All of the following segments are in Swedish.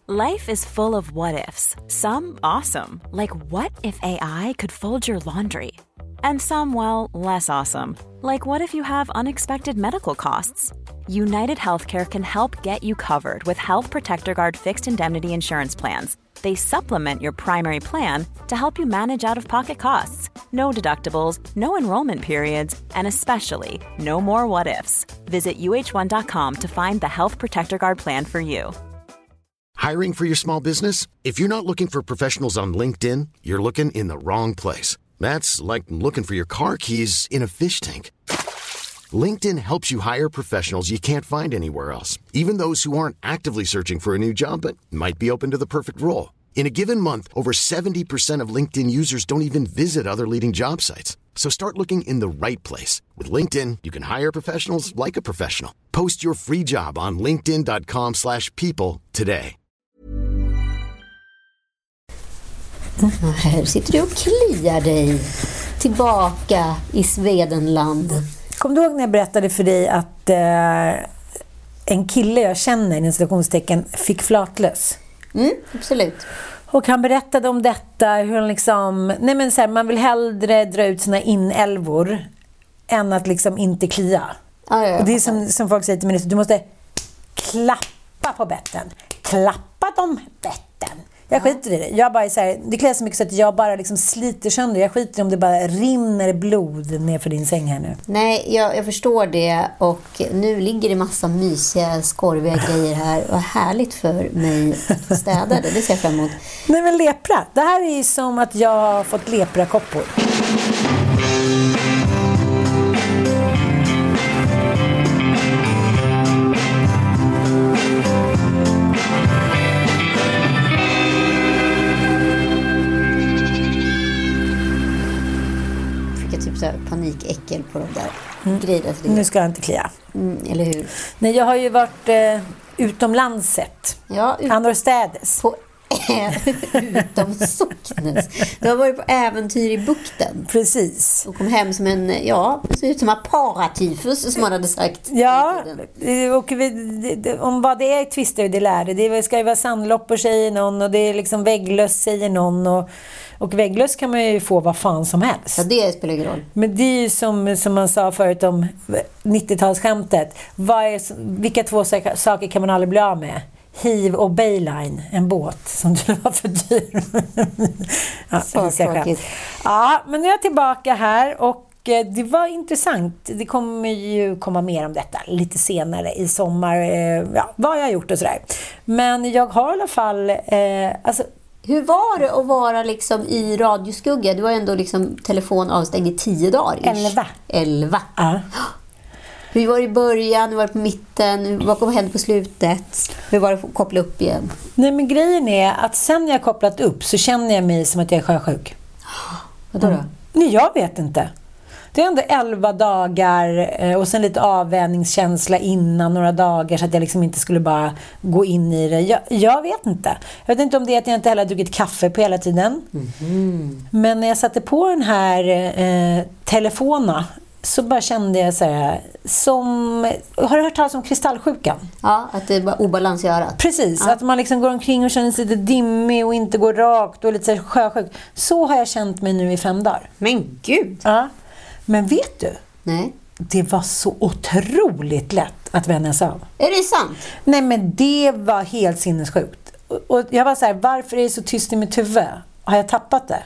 Life is full of what-ifs. Some awesome, like what if AI could fold your laundry? And some, well, less awesome, like what if you have unexpected medical costs? United Healthcare can help get you covered with Health Protector Guard fixed indemnity insurance plans. They supplement your primary plan to help you manage out-of-pocket costs. No deductibles, no enrollment periods, and especially no more what-ifs. Visit uh1.com to find the Health Protector Guard plan for you. Hiring for your small business? If you're not looking for professionals on LinkedIn, you're looking in the wrong place. That's like looking for your car keys in a fish tank. LinkedIn helps you hire professionals you can't find anywhere else, even those who aren't actively searching for a new job but might be open to the perfect role. In a given month, over 70% of LinkedIn users don't even visit other leading job sites. So start looking in the right place. With LinkedIn, you can hire professionals like a professional. Post your free job on linkedin.com/people today. Här sitter du och kliar dig tillbaka i Svedenland. Kom du ihåg när jag berättade för dig att en kille jag känner, i en situationstecken, fick flatlös? Absolut. Och han berättade om detta, hur han liksom, nej men så här, man vill hellre dra ut sina inälvor än att liksom inte klia. Och det är som folk säger till mig, du måste klappa på betten. Klappa de betten. Jag skiter i det. Jag bara så här, det kläs så mycket så att jag bara liksom sliter sönder. Jag skiter om det bara rinner blod ner för din säng här nu. Nej, jag förstår det. Och nu ligger det massa mysiga, skorviga grejer här. Och härligt för mig att få städa det. Det ser jag fram emot. Nej men lepra. Det här är som att jag har fått leprakoppor. Panikäckel på de där grejerna. Nu ska jag inte klia. Eller hur? Nej, jag har ju varit utomlands sett. Ja, annorstädes. Utom socknes. Du har varit på äventyr i bukten. Precis. Och kom hem som en, ser ut som aparatyfus som man hade sagt. Ja, och om vad det är tvistar det lärde. Det ska ju vara sandloppor säger någon och det är liksom vägglöss säger någon och vägglös kan man ju få vad fan som helst. Ja, det spelar ingen roll. Men det är ju som man sa förut om 90-talsskämtet. Vilka två saker kan man aldrig bli av med? Hiv och Bayline, en båt som du var för dyr. Ja, men nu är jag tillbaka här och det var intressant. Det kommer ju komma mer om detta lite senare i sommar. Vad jag har gjort och sådär. Men jag har i alla fall... Hur var det att vara liksom i radioskugga? Du var ju ändå liksom telefon avstängd i 10 dagar. 11. Ja. Hur var det i början? Hur var det på mitten? Vad kom hända på slutet? Hur var det att koppla upp igen? Nej, men grejen är att sen jag kopplat upp så känner jag mig som att jag är sjösjuk. Vad då? Nej, jag vet inte. Det är ändå 11 dagar och sen lite avvänjningskänsla innan några dagar så att jag liksom inte skulle bara gå in i det. Jag vet inte. Jag vet inte om det är att jag inte heller har druckit kaffe på hela tiden. Men när jag satte på den här telefonen så bara kände jag så här, har du hört talas om kristallsjukan? Ja, att det är bara obalans i örat. Precis, att man liksom går omkring och känner sig lite dimmig och inte går rakt och lite så här sjösjuk. Så har jag känt mig nu i 5 dagar. Men gud! Ja. Men vet du? Nej. Det var så otroligt lätt att vänja sig av. Är det sant? Nej, men det var helt sinnessjukt. Och jag var så här, varför är det så tyst i mitt huvud? Har jag tappat det?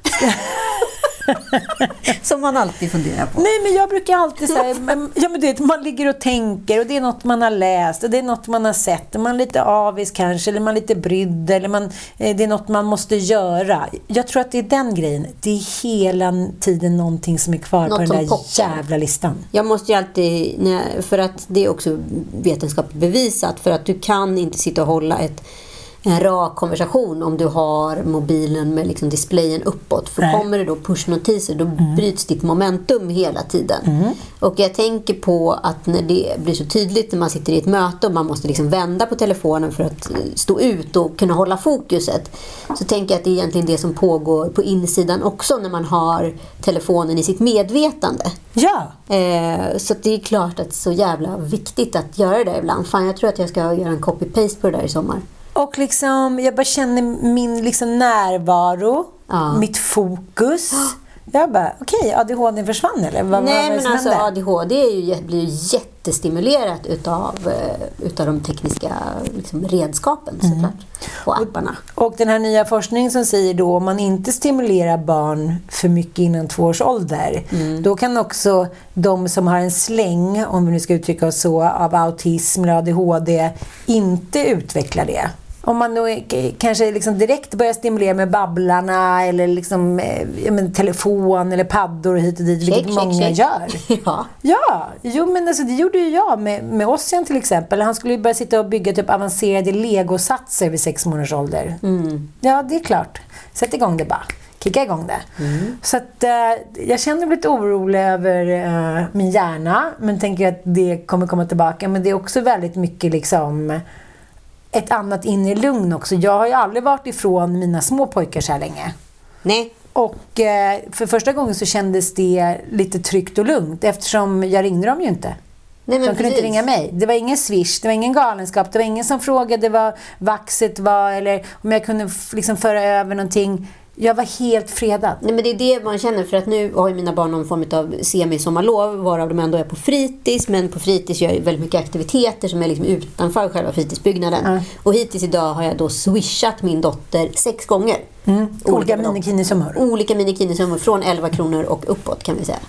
Som man alltid funderar på. Nej, men jag brukar alltid säga men det, man ligger och tänker och det är något man har läst och det är något man har sett och man är lite avis kanske eller man är lite brydd eller det är något man måste göra. Jag tror att det är den grejen. Det är hela tiden någonting som är kvar något på den där jävla listan. Jag måste ju alltid, för att det är också vetenskapligt bevisat, för att du kan inte sitta och hålla en rak konversation om du har mobilen med liksom displayen uppåt. För kommer det då pushnotiser, då bryts ditt momentum hela tiden. Och jag tänker på att när det blir så tydligt när man sitter i ett möte och man måste liksom vända på telefonen för att stå ut och kunna hålla fokuset, så tänker jag att det är egentligen det som pågår på insidan också när man har telefonen i sitt medvetande. Ja. Så det är klart att det är så jävla viktigt att göra det ibland. Fan, jag tror att jag ska göra en copy-paste på det där i sommar. Och liksom, jag bara känner min liksom närvaro, mitt fokus. Jag bara, okej, ADHD försvann eller? Nej, men alltså ADHD blir ju jättestimulerat utav de tekniska liksom, redskapen såklart. Och apparna. Och den här nya forskningen som säger då, om man inte stimulerar barn för mycket innan 2 års ålder, då kan också de som har en släng, om vi nu ska uttrycka oss så, av autism eller ADHD inte utveckla det. Om man då kanske liksom direkt börjar stimulera med babblarna eller liksom, telefon eller paddor och hit och dit, vilket många gör. Jo, men alltså, det gjorde ju jag med Ossian till exempel. Han skulle ju börja sitta och bygga typ avancerade legosatser vid 6 månaders ålder. Ja, det är klart. Sätt igång det bara. Kicka igång det. Så att jag känner mig lite orolig över min hjärna, men tänker att det kommer komma tillbaka. Men det är också väldigt mycket liksom ett annat inre lugn också. Jag har ju aldrig varit ifrån mina små pojkar så här länge. Nej. Och för första gången så kändes det lite tryggt och lugnt, eftersom jag ringde dem ju inte. Nej, men de kunde inte ringa mig. Det var ingen swish, det var ingen galenskap, det var ingen som frågade vad vaxet var eller om jag kunde liksom föra över någonting. Jag var helt fredad. Nej, men det är det man känner, för att nu har ju mina barn någon form av semi-sommarlov, varav de ändå är på fritids, men på fritids gör jag väldigt mycket aktiviteter som är liksom utanför själva fritidsbyggnaden. Och hittills idag har jag då swishat min dotter 6 gånger. Olika minikini-summor. Olika minikini-summor från 11 kronor och uppåt, kan vi säga.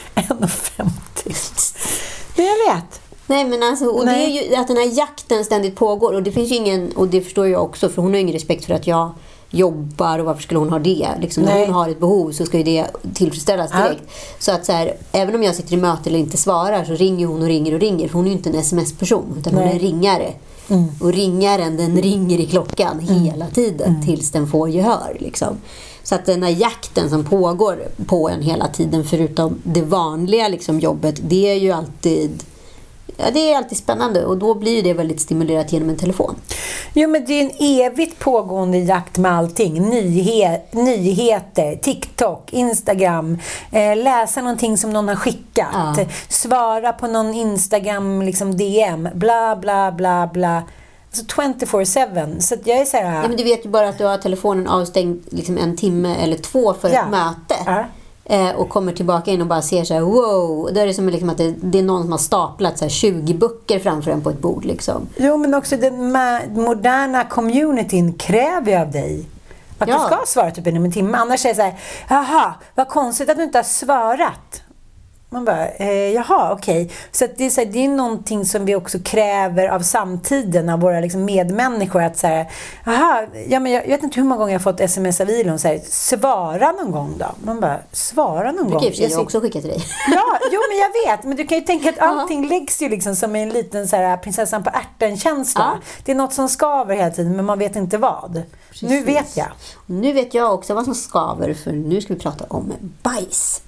1,50. Det jag vet. Nej, men alltså, och det är ju att den här jakten ständigt pågår, och det finns ju ingen, och det förstår jag också, för hon har ingen respekt för att jag jobbar, och varför skulle hon ha det? Liksom, när hon har ett behov så ska ju det tillfredsställas direkt. Så att så här, även om jag sitter i möte eller inte svarar, så ringer hon och ringer, för hon är ju inte en sms-person, utan hon är en ringare. Och ringaren, den ringer i klockan hela tiden tills den får gehör liksom. Så att den här jakten som pågår på en hela tiden, förutom det vanliga liksom, jobbet, det är ju alltid spännande, och då blir det väldigt stimulerat genom en telefon. Jo, men det är en evigt pågående jakt med allting. Nyheter, TikTok, Instagram, läsa någonting som någon har skickat, svara på någon Instagram liksom DM, bla bla bla bla. Alltså 24/7. Så att jag är så här... Ja, men du vet ju bara att du har telefonen avstängd liksom 1 timme eller 2 för ett möte. Och kommer tillbaka in och bara ser så här, wow, då är det som liksom att det är någon som har staplat så här 20 böcker framför en på ett bord liksom. Jo, men också den moderna communityn kräver av dig att du ska svara typ inom en timme. Annars är det så här, jaha, vad konstigt att du inte har svarat. Man bara, jaha, okej. Så att det är så här, det är någonting som vi också kräver av samtiden, av våra liksom medmänniskor, att så här, jaha, ja, men jag vet inte hur många gånger jag har fått sms av Ilon så här, svara någon gång då. Man bara, svara någon gång. Jag har också skickat till dig. Ja, jo, men jag vet. Men du kan ju tänka att allting läggs ju liksom som en liten så här, prinsessan på ärten-känsla. Det är något som skaver hela tiden, men man vet inte vad. Precis. Nu vet jag. Nu vet jag också vad som skaver, för nu ska vi prata om bajs.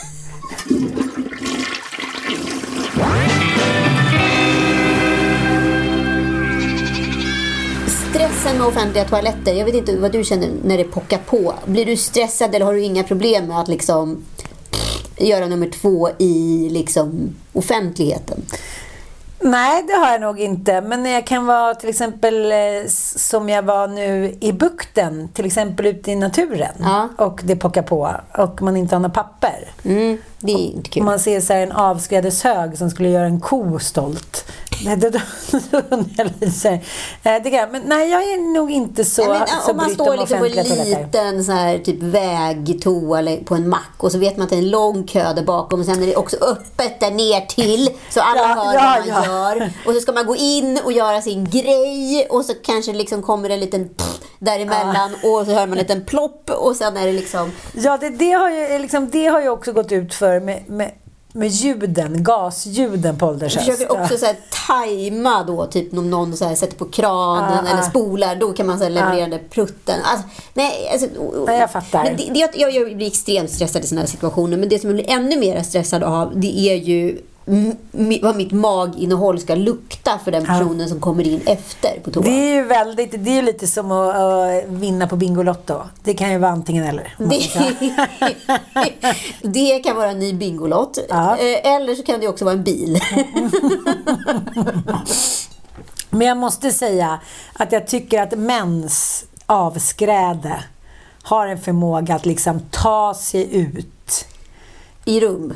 Stressen med offentliga toaletter. Jag vet inte vad du känner när det pockar på. Blir du stressad eller har du inga problem med att liksom göra nummer 2 i liksom offentligheten? Nej, det har jag nog inte. Men jag kan vara till exempel som jag var nu i bukten, till exempel ute i naturen, och det pockar på och man inte har några papper. Det är inte kul. Man ser så här en avskrädeshög som skulle göra en ko stolt. Men nej, jag är nog inte så. Nej, om man står liksom på en liten så här, typ vägtoa eller på en mack, och så vet man att det är en lång kö där bakom, och sen är det också öppet där ner till, så alla hör vad man gör, och så ska man gå in och göra sin grej, och så kanske liksom kommer en liten däremellan, och så hör man en liten plopp, och sen är det liksom... Ja, det har ju också gått ut för med ljuden, gasljuden på åldershöst. Jag försöker också så här tajma då, typ om någon så här sätter på kranen eller spolar, då kan man så här leverera den prutten. Alltså, nej, jag fattar. Men jag blir extremt stressad i såna här situationer, men det som jag blir ännu mer stressad av, det är ju vad mitt maginnehåll ska lukta för den personen som kommer in efter på toa. Det är ju det är lite som att vinna på Bingolotto. Det kan ju vara antingen eller. Det kan vara en ny Bingolott. Eller så kan det också vara en bil. Men jag måste säga att jag tycker att mäns avskräde har en förmåga att liksom ta sig ut. I rum.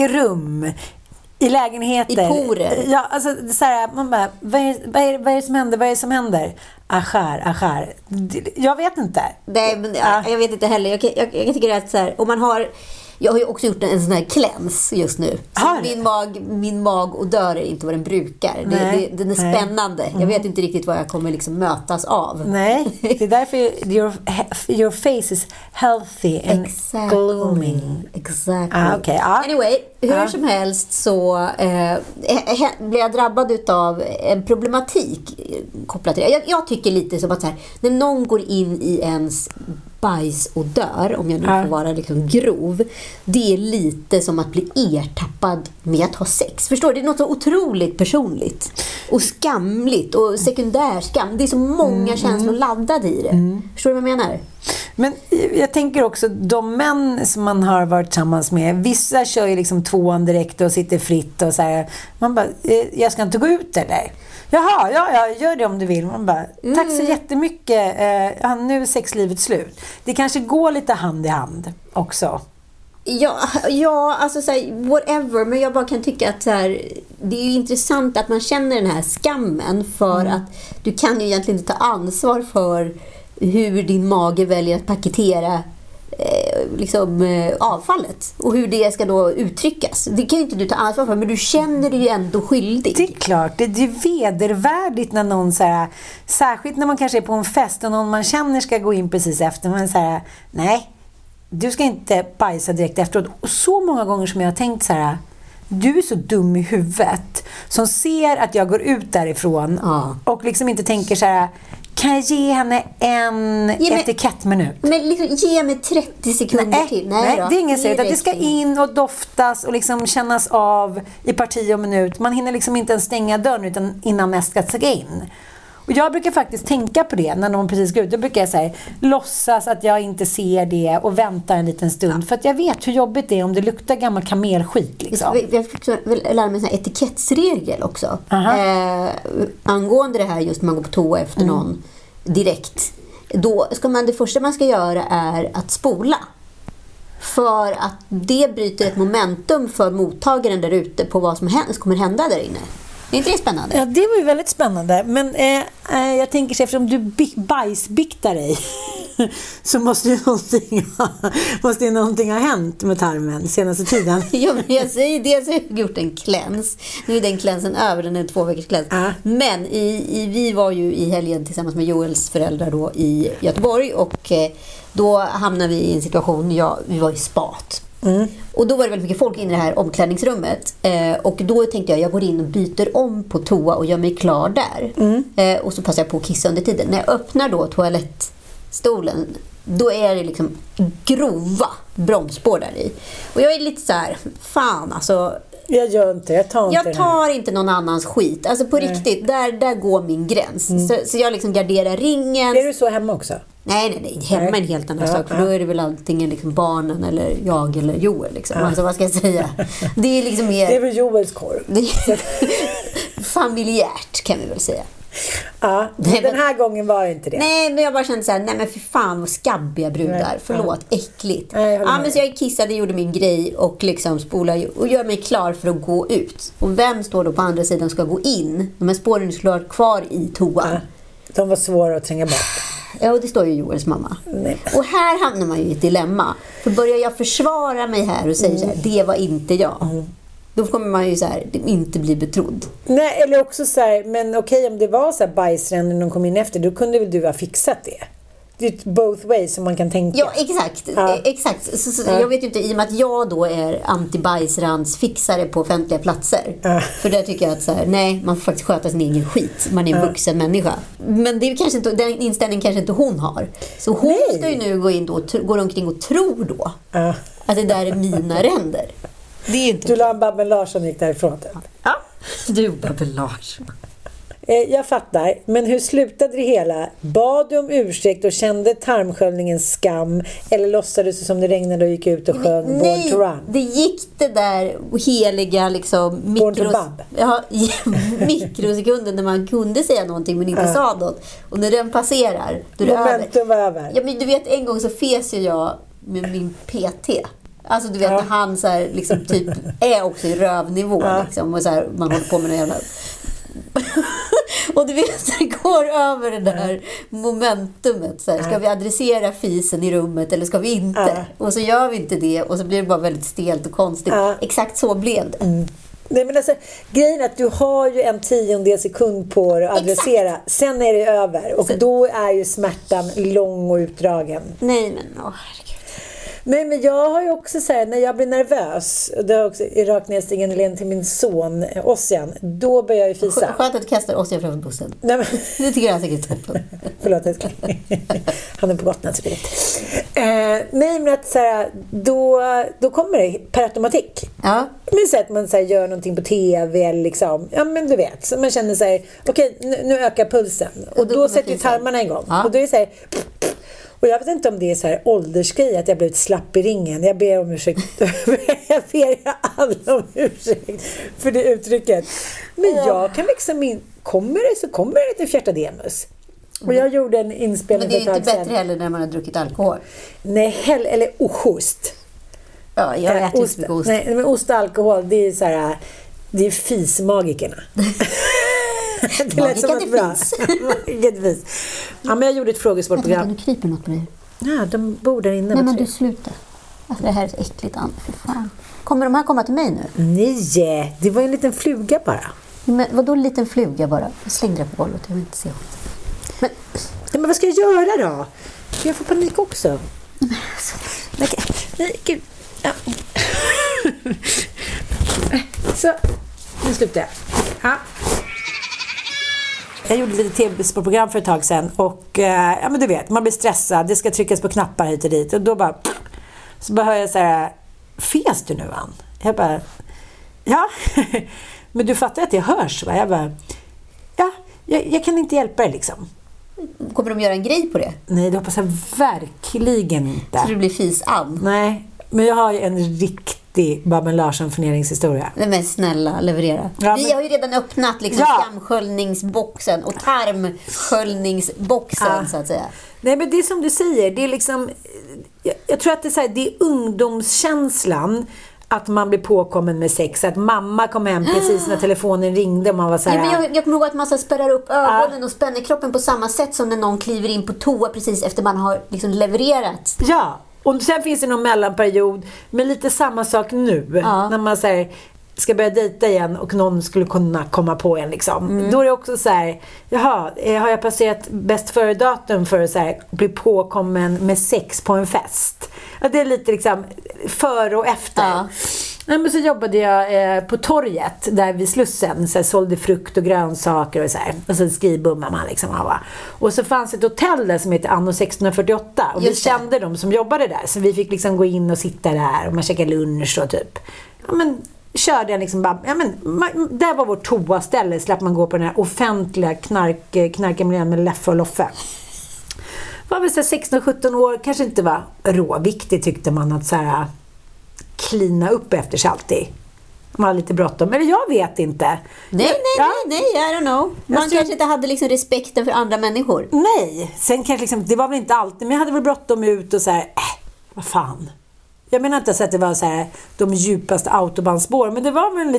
I lägenheter. I porer. Ja, alltså så här, man bara, vad är det som händer? Vad är det som händer? Aschar. Jag vet inte. Nej, men jag vet inte heller. Jag tycker att så här, om man har... Jag har ju också gjort en sån här cleanse just nu. Min magodör är inte vad den brukar. Den är spännande. Jag vet inte riktigt vad jag kommer liksom mötas av. Nej, det är därför your face is healthy and glooming. Exactly. Okay. Anyway, hur som helst så blev jag drabbad av en problematik kopplat till det. Jag tycker lite som att så här, när någon går in i ens bajs och dör, om jag nu får vara liksom grov, det är lite som att bli ertappad med att ha sex. Förstår du? Det är något så otroligt personligt och skamligt och sekundärskam. Det är så många känslor laddade i det. Förstår du vad jag menar? Men jag tänker också, de män som man har varit tillsammans med, vissa kör ju liksom tvåan direkt och sitter fritt och så här, man bara, jag ska inte gå ut eller? Jaha, gör det om du vill. Man bara, tack så jättemycket. Nu är sexlivet slut. Det kanske går lite hand i hand också. Ja, alltså så här, whatever. Men jag bara kan tycka att så här, det är ju intressant att man känner den här skammen för att du kan ju egentligen inte ta ansvar för hur din mage väljer att paketera avfallet och hur det ska då uttryckas. Det kan ju inte du ta ansvar för, men du känner dig ju ändå skyldig. Det är klart, det är vedervärdigt när någon så här, särskilt när man kanske är på en fest och någon man känner ska gå in precis efter, men så här, nej, du ska inte bajsa direkt efteråt. Och så många gånger som jag har tänkt så här, du är så dum i huvudet som ser att jag går ut därifrån och liksom inte tänker så här, kan jag ge henne en etikettminut? Men liksom, ge mig 30 sekunder till. Nej, det är ingen sätt att det ska in och doftas och liksom kännas av i parti och minut. Man hinner liksom inte ens stänga dörren utan innan nästa ska in. Och jag brukar faktiskt tänka på det när någon precis går ut. Då brukar jag säga, låtsas att jag inte ser det och vänta en liten stund. För att jag vet hur jobbigt det är om det luktar gammal kamelskit. Liksom. Jag fick lära mig en sån här etikettsregel också. Angående det här just man går på toa efter någon direkt. Då ska det första man ska göra är att spola. För att det bryter ett momentum för mottagaren där ute på vad som kommer hända där inne. Det är inte det spännande? Ja, det var ju väldigt spännande. Men jag tänker sig, eftersom du bajsbiktar dig så måste ju någonting ha hänt med tarmen senaste tiden. Ja, men jag säger det, så har jag gjort en cleanse. Nu är den cleansen över, den är 2 veckors cleanse. Men vi var ju i helgen tillsammans med Joels föräldrar då i Göteborg och då hamnade vi i en situation, vi var i spat. Och då var det väldigt mycket folk inne i det här omklädningsrummet och då tänkte jag går in och byter om på toa och gör mig klar där och så passar jag på att kissa under tiden. När jag öppnar då toalettstolen, då är det liksom grova bromsspår där i och jag är lite så här, fan alltså, jag tar inte någon annans skit. Alltså på riktigt, där går min gräns. Så jag liksom garderar ringen. Är du så hemma också? Nej. Hemma är en helt annan sak. För då är det väl antingen liksom barnen eller jag eller Joel. Liksom. Alltså vad ska jag säga? Det är liksom mer... Det är väl Joels korv. Familjärt kan vi väl säga. Ja, den här gången var det inte det. Nej, men jag bara kände så här, nej men för fan vad skabbiga brudar. Förlåt, äckligt. Men så jag kissade, gjorde min grej och liksom spolade och gör mig klar för att gå ut. Och vem står då på andra sidan ska gå in? De här spåren är såklart kvar i toan. De var svåra att tränga bort. Ja, och det står ju Joels mamma. Och här hamnar man ju i ett dilemma. För börjar jag försvara mig här och säger så här, det var inte jag. Då kommer man ju så här, inte bli betrodd. Nej, eller också så här, men okej, om det var så här bajsränder när de kom in efter, då kunde väl du ha fixat det. Det är both ways som man kan tänka. Ja, exakt. Så jag vet ju inte, i och med att jag då är anti-bajsrandsfixare på offentliga platser. För där tycker jag att så här, nej, man får faktiskt sköta sin egen skit. Man är en vuxen människa. Men det är kanske inte, den inställningen kanske inte hon har. Så hon ska ju nu gå in då, går omkring och tror då att det där är mina ränder. Det är inte... Du la en Babben Larsson gick därifrån. Ja, du Babben Larsson. Jag fattar, men hur slutade det hela? Bad du om ursäkt och kände tarmsköljningens skam? Eller låtsades du som det regnade och gick ut och sjöng Born to Run? Det gick det där heliga liksom, mikrosekunden när man kunde säga någonting men inte sa något. Och när den passerar, då är det momentum var över. Ja, men du vet, en gång så fes jag med min PT. Alltså du vet när han så här, liksom, typ, är också i rövnivå liksom, och så här, man håller på med det jävla... Och du vet, det går över det där momentumet så här, ska vi adressera fisen i rummet eller ska vi inte? Och så gör vi inte det och så blir det bara väldigt stelt och konstigt. Exakt så blev det. Nej, men alltså, grejen är att du har ju en 10:e sekund på dig att adressera. Exakt. Sen är det över och då är ju smärtan lång och utdragen. Nej, men herregud. Nej, men jag har ju också så här, när jag blir nervös, och det har också i raknedstigen till min son Ossian, då börjar jag ju fisa. Skönt att du kastar Ossian framför bussen. Nej, men... Det tycker jag säkert är toppen. Förlåt, han är på Gotland så det vet. Nej, men att så här, då kommer det per automatik. Ja. Men så att man så här, gör någonting på tv eller liksom, ja men du vet, så man känner så här, okej, nu ökar pulsen. Och då sätter ju tarmarna igång. Ja. Och då är det så här... Och jag vet inte om det är så här åldersgrej att jag blivit slapp i ringen. Jag ber om ursäkt. Jag ber alla om ursäkt för det uttrycket. Men jag kan liksom kommer det till fjärtademus. Och jag gjorde en inspelning. Men det är inte bättre heller när man har druckit alkohol. Nej, eller ost. Ja, jag äter ost. Ost. Nej, men ost och alkohol, det är så här, det är fismagikerna. Det lät som något bra. Ja, men jag gjorde ett frågesportprogram. Nu kryper något på dig. Ja, de bor där inne. Nej, men du slutar. Alltså, det här är så äckligt. För fan. Kommer de här komma till mig nu? Nej, det var en liten fluga bara. Men vadå en liten fluga bara? Jag slängde det på golvet, jag vill inte se men vad ska jag göra då? Jag får panik också. Nej, gud. Ja. Så, nu slutar jag. Ja. Jag gjorde lite tv-program för ett tag sedan och ja men du vet, man blir stressad, det ska tryckas på knappar hit och dit och då bara så bara hör jag så här, fes du nu Ann? Jag bara, ja men du fattar att jag hörs va? Jag bara, ja, jag kan inte hjälpa dig liksom. Kommer de göra en grej på det? Nej, det hoppas jag verkligen inte. Så du blir fis-Ann? Nej, men jag har ju en riktig Babben Larsson-förneringshistoria. Nej, men snälla, leverera. Ja, vi har ju redan öppnat liksom skamsköljningsboxen och tarmsköljningsboxen så att säga. Nej, men det är som du säger, det är liksom, jag tror att det är så här, det är ungdomskänslan att man blir påkommen med sex, att mamma kom hem precis när telefonen ringde och man var så här. Ja, men jag kommer ihåg att man så spärrar upp ögonen och spänner kroppen på samma sätt som när någon kliver in på toa precis efter man har liksom levererat. Ja. Och sen finns det någon mellanperiod, men lite samma sak nu. När man så här, ska börja dejta igen och någon skulle kunna komma på en liksom. Då är det också så här, jaha, har jag passerat bäst före datum för att så här, bli påkommen med sex på en fest? Ja, det är lite liksom före och efter. Ja, men så jobbade jag på torget där vid Slussen, så här, sålde frukt och grönsaker och så här. Och så skrivbummar man liksom. Och så fanns ett hotell där som heter Anno 1648 och vi kände dem som jobbade där, så vi fick liksom gå in och sitta där och man käkade lunch och typ. Ja, men körde jag liksom bara, ja men där var vårt toaställe, släpp man gå på den här offentliga knarkamiljön med Leffe och Loffe. Var väl så 16-17 år, kanske inte var råviktigt tyckte man att så här klina upp efter sig alltid. Man har lite bråttom. Eller jag vet inte. Nej, I don't know. Man kanske inte hade liksom respekten för andra människor. Nej, sen kanske liksom, det var väl inte alltid, men jag hade väl bråttom ut och så här, vad fan. Jag menar inte så att det var så här de djupaste autobahnspår, men det var väl en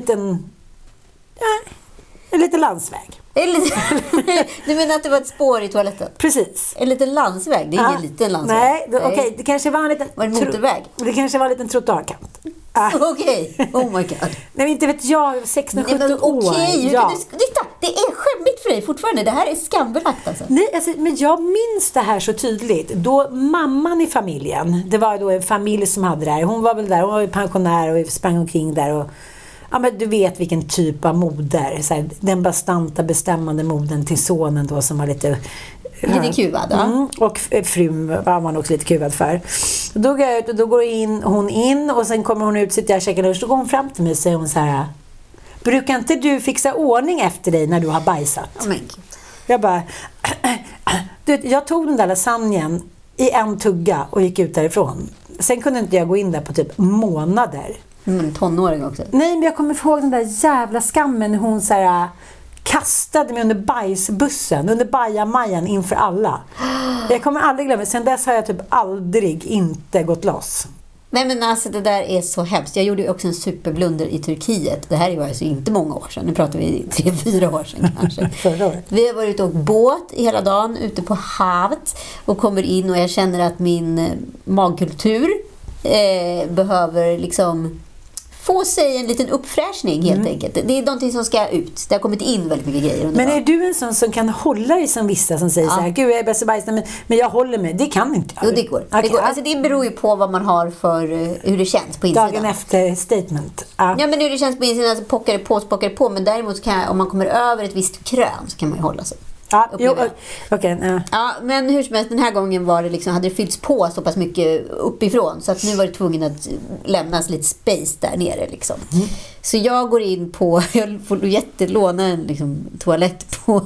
liten landsväg. Du menar att det var ett spår i toaletten? Precis. En liten landsväg, det är ingen liten landsväg. Nej, okej, det kanske var en liten... Var det en motorväg? Det kanske var en liten trottoarkant. Okej, oh my god. Nej, inte vet jag, 16-17 år. Okej, det är skämmigt för dig fortfarande. Det här är skambelagt alltså. Nej, alltså, men jag minns det här så tydligt. Då mamman i familjen, det var då en familj som hade det här. Hon var väl där, hon var pensionär och sprang omkring där och ja, men du vet vilken typ av moder. Så här, den bastanta bestämmande modern till sonen då som var lite kuvad. Och frun var man också lite kuvad för. Då går jag ut och då går hon in och sen kommer hon ut, sitter jag och käkar lunch. Då går hon fram till mig och säger hon så här: brukar inte du fixa ordning efter dig när du har bajsat? Oh my God. Jag bara, jag tog den där lasagnen i en tugga och gick ut därifrån. Sen kunde inte jag gå in där på typ månader. Tonåring också. Nej, men jag kommer ihåg den där jävla skammen när hon så här kastade mig under bajsbussen, under bajamajan inför alla. Jag kommer aldrig glömma. Sen dess har jag typ aldrig inte gått loss. Nej, men alltså det där är så hemskt. Jag gjorde ju också en superblunder i Turkiet. Det här var alltså inte många år sedan. Nu pratar vi 3-4 år sedan kanske. Förra året. Vi har varit och åkt båt hela dagen ute på havet och kommer in och jag känner att min magkultur behöver liksom få sig en liten uppfräschning helt enkelt. Det är någonting som ska ut. Det har kommit in väldigt mycket grejer. Men är du en sån som kan hålla dig som vissa som säger så här, gud jag är bäst i bajs, men jag håller mig. Det kan inte jag. Jo, det går. Okay. Det går. Alltså, det beror ju på vad man har för hur det känns på insidan. Dagen efter statement. Ja, men hur det känns på insidan, alltså, pockar det på. Men däremot kan jag, om man kommer över ett visst krön så kan man ju hålla sig. Ja, okay. Ja, men hur som helst, den här gången var det liksom, hade det fyllts på så pass mycket uppifrån så att nu var det tvungen att lämnas lite space där nere liksom. Så jag går in på, jag får jättelåna en liksom, toalett på